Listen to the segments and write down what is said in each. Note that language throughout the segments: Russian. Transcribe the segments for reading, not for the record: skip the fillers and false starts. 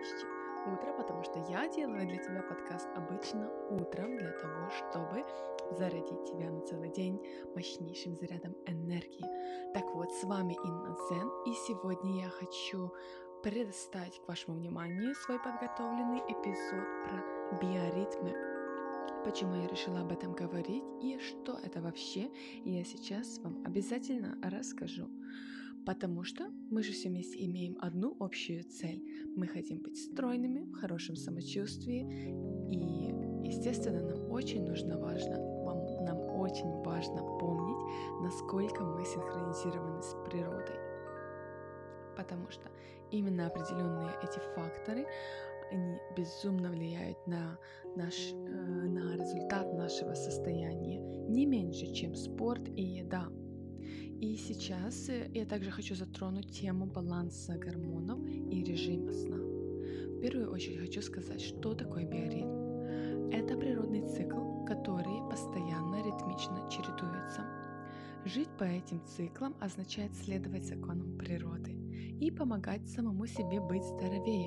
настоящее утро, потому что я делаю для тебя подкаст обычно утром для того, чтобы зарядить тебя на целый день мощнейшим зарядом энергии. Так вот, с вами Инна Дзен, и сегодня я хочу предоставить к вашему вниманию свой подготовленный эпизод про биоритмы. Почему я решила об этом говорить и что это вообще, я сейчас вам обязательно расскажу. Потому что мы же все вместе имеем одну общую цель. Мы хотим быть стройными, в хорошем самочувствии. И, естественно, нам очень важно помнить, насколько мы синхронизированы с природой. Потому что именно определенные эти факторы, они безумно влияют на результат нашего состояния, не меньше, чем спорт и еда. И сейчас я также хочу затронуть тему баланса гормонов и режима сна. В первую очередь хочу сказать, что такое биоритм. Это природный цикл, который постоянно ритмично чередуется. Жить по этим циклам означает следовать законам природы и помогать самому себе быть здоровее.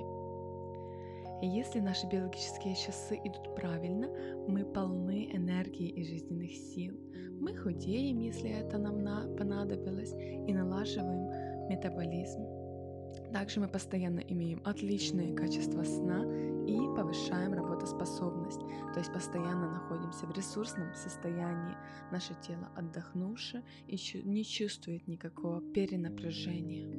И если наши биологические часы идут правильно, мы полны энергии и жизненных сил. Мы худеем, если это нам понадобилось, и налаживаем метаболизм. Также мы постоянно имеем отличное качество сна и повышаем работоспособность, то есть постоянно находимся в ресурсном состоянии. Наше тело отдохнувшее и не чувствует никакого перенапряжения.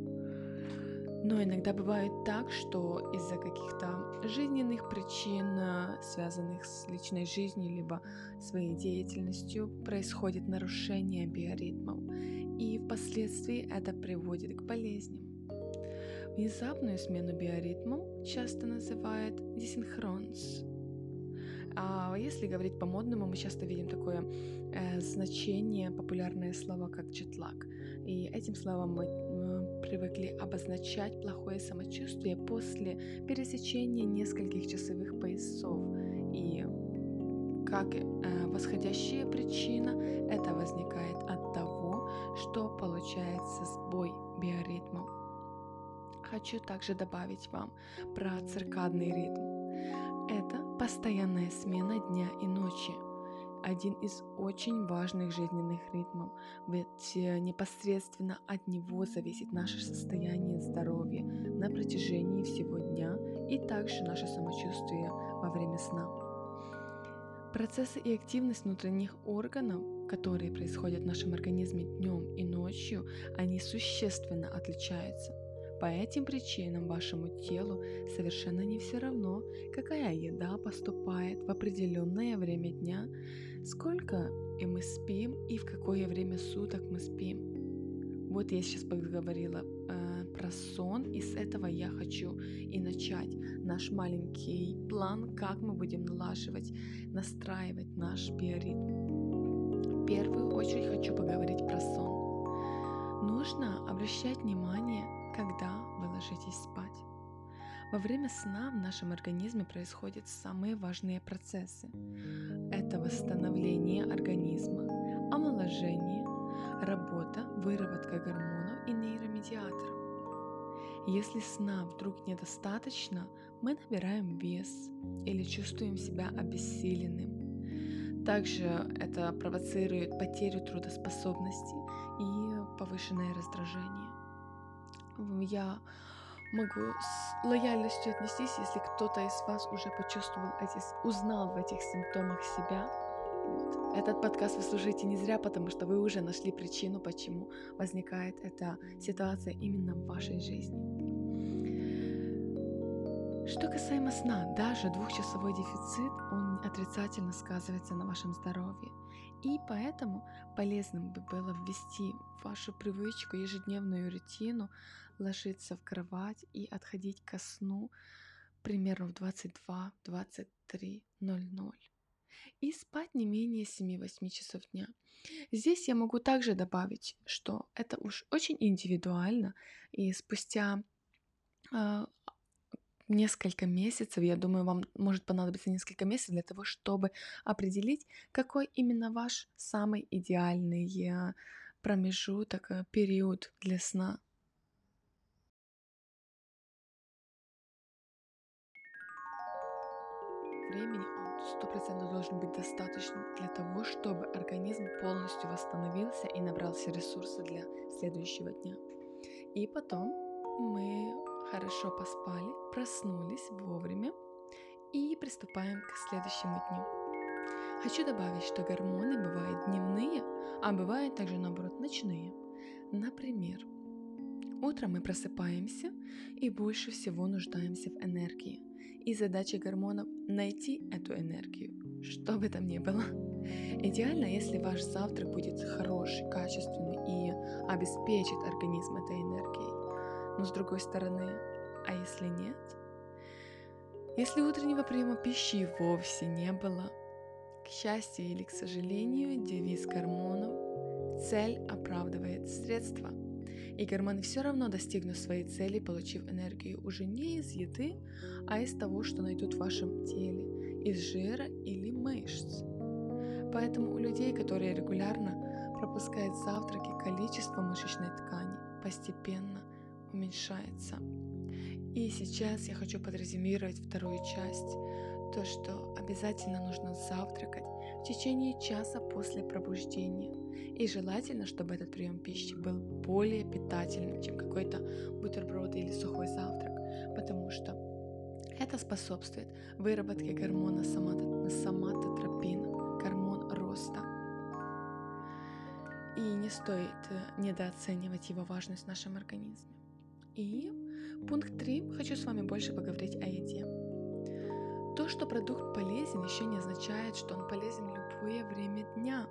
Но иногда бывает так, что из-за каких-то жизненных причин, связанных с личной жизнью, либо своей деятельностью, происходит нарушение биоритмов, и впоследствии это приводит к болезням. Внезапную смену биоритмов часто называют десинхронс. А если говорить по-модному, мы часто видим такое значение, популярные слова, как джетлаг. И этим словом мы привыкли обозначать плохое самочувствие после пересечения нескольких часовых поясов. И как восходящая причина, это возникает от того, что получается сбой биоритмов. Хочу также добавить вам про циркадный ритм. Это постоянная смена дня и ночи. Один из очень важных жизненных ритмов, ведь непосредственно от него зависит наше состояние здоровья на протяжении всего дня и также наше самочувствие во время сна. Процессы и активность внутренних органов, которые происходят в нашем организме днем и ночью, они существенно отличаются. По этим причинам вашему телу совершенно не все равно, какая еда поступает в определенное время дня, сколько и мы спим и в какое время суток мы спим. Вот я сейчас поговорила про сон, и с этого я хочу и начать наш маленький план, как мы будем налаживать, настраивать наш биоритм. В первую очередь хочу поговорить про сон. Нужно обращать внимание, когда вы ложитесь спать. Во время сна в нашем организме происходят самые важные процессы. Это восстановление организма, омоложение, работа, выработка гормонов и нейромедиаторов. Если сна вдруг недостаточно, мы набираем вес или чувствуем себя обессиленным. Также это провоцирует потерю трудоспособности и повышенное раздражение. Я могу с лояльностью отнестись, если кто-то из вас уже узнал в этих симптомах себя. Вот. Этот подкаст вы слушаете не зря, потому что вы уже нашли причину, почему возникает эта ситуация именно в вашей жизни. Что касаемо сна, даже двухчасовой дефицит, он отрицательно сказывается на вашем здоровье. И поэтому полезным бы было ввести в вашу привычку, ежедневную рутину, ложиться в кровать и отходить ко сну примерно в 22-23:00. И спать не менее 7-8 часов дня. Здесь я могу также добавить, что это уж очень индивидуально, и спустя несколько месяцев, я думаю, вам может понадобиться несколько месяцев для того, чтобы определить, какой именно ваш самый идеальный промежуток, период для сна. времени он 100% должен быть достаточным для того, чтобы организм полностью восстановился и набрался ресурса для следующего дня. И потом мы хорошо поспали, проснулись вовремя и приступаем к следующему дню. Хочу добавить, что гормоны бывают дневные, а бывают также, наоборот, ночные. Например, утром мы просыпаемся и больше всего нуждаемся в энергии. И задача гормонов – найти эту энергию, что бы там ни было. Идеально, если ваш завтрак будет хороший, качественный и обеспечит организм этой энергией. Но с другой стороны, а если нет? Если утреннего приема пищи вовсе не было, к счастью или к сожалению, девиз гормонов «цель оправдывает средства». И гормоны все равно достигнут своей цели, получив энергию уже не из еды, а из того, что найдут в вашем теле, из жира или мышц. Поэтому у людей, которые регулярно пропускают завтраки, количество мышечной ткани постепенно уменьшается. И сейчас я хочу подрезюмировать вторую часть, то, что обязательно нужно завтракать в течение часа после пробуждения. И желательно, чтобы этот прием пищи был более питательным, чем какой-то бутерброд или сухой завтрак, потому что это способствует выработке гормона соматотропин, гормон роста. И не стоит недооценивать его важность в нашем организме. И пункт 3. Хочу с вами больше поговорить о еде. То, что продукт полезен, еще не означает, что он полезен в любое время дня.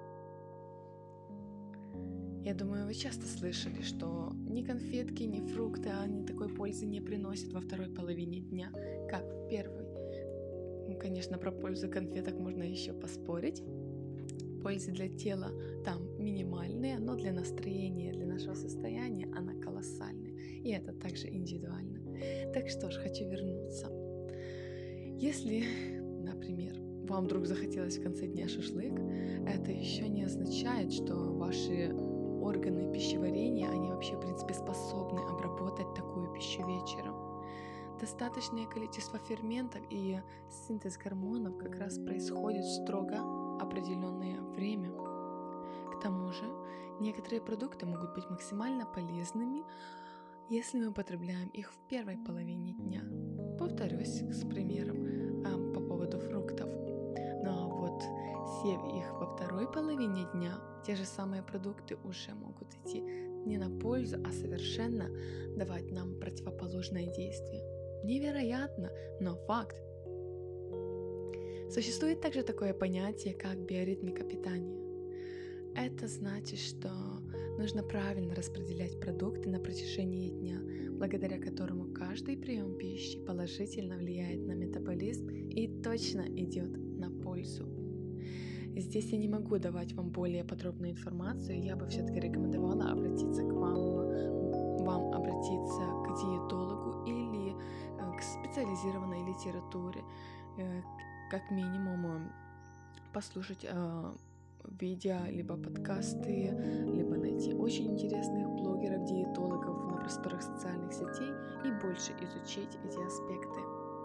Я думаю, вы часто слышали, что ни конфетки, ни фрукты, они такой пользы не приносят во второй половине дня, как в первой. Конечно, про пользу конфеток можно еще поспорить. Пользы для тела там минимальные, но для настроения, для нашего состояния она колоссальная. И это также индивидуально. Так что ж, хочу вернуться. Если, например, вам вдруг захотелось в конце дня шашлык, это еще не означает, что ваши органы пищеварения, они вообще, в принципе, способны обработать такую пищу вечером. Достаточное количество ферментов и синтез гормонов как раз происходит в строго определенное время. К тому же, некоторые продукты могут быть максимально полезными, если мы употребляем их в первой половине дня. Повторюсь, с примером, по поводу фруктов. Ну а вот съев их во второй половине дня, те же самые продукты уже могут идти не на пользу, а совершенно давать нам противоположное действие. Невероятно, но факт. Существует также такое понятие, как биоритмика питания. Это значит, что нужно правильно распределять продукты на протяжении дня, благодаря которому каждый прием пищи положительно влияет на метаболизм и точно идет на пользу. Здесь я не могу давать вам более подробную информацию, я бы все-таки рекомендовала обратиться к вам обратиться к диетологу или к специализированной литературе, как минимум послушать видео, либо подкасты, либо найти очень интересных блогеров, диетологов на просторах социальных сетей и больше изучить эти аспекты.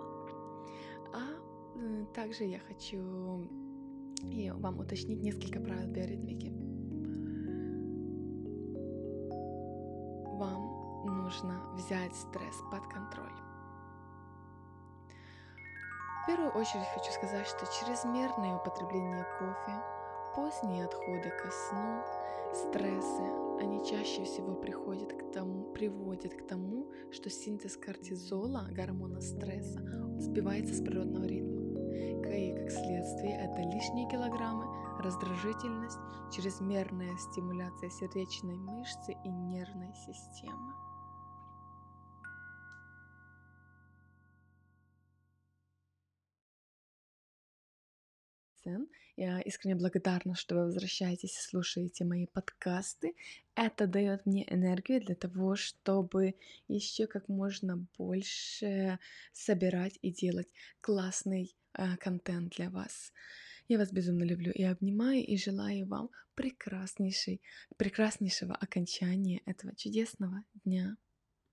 А также я хочу вам уточнить несколько правил биоритмики. Вам нужно взять стресс под контроль. В первую очередь хочу сказать, что чрезмерное употребление кофе, поздние отходы ко сну, стрессы, они чаще всего приводят к тому, что синтез кортизола, гормона стресса, сбивается с природного ритма. И как следствие это лишние килограммы, раздражительность, чрезмерная стимуляция сердечной мышцы и нервной системы. Я искренне благодарна, что вы возвращаетесь и слушаете мои подкасты. Это дает мне энергию для того, чтобы еще как можно больше собирать и делать классный контент для вас. Я вас безумно люблю и обнимаю, и желаю вам прекраснейшего окончания этого чудесного дня.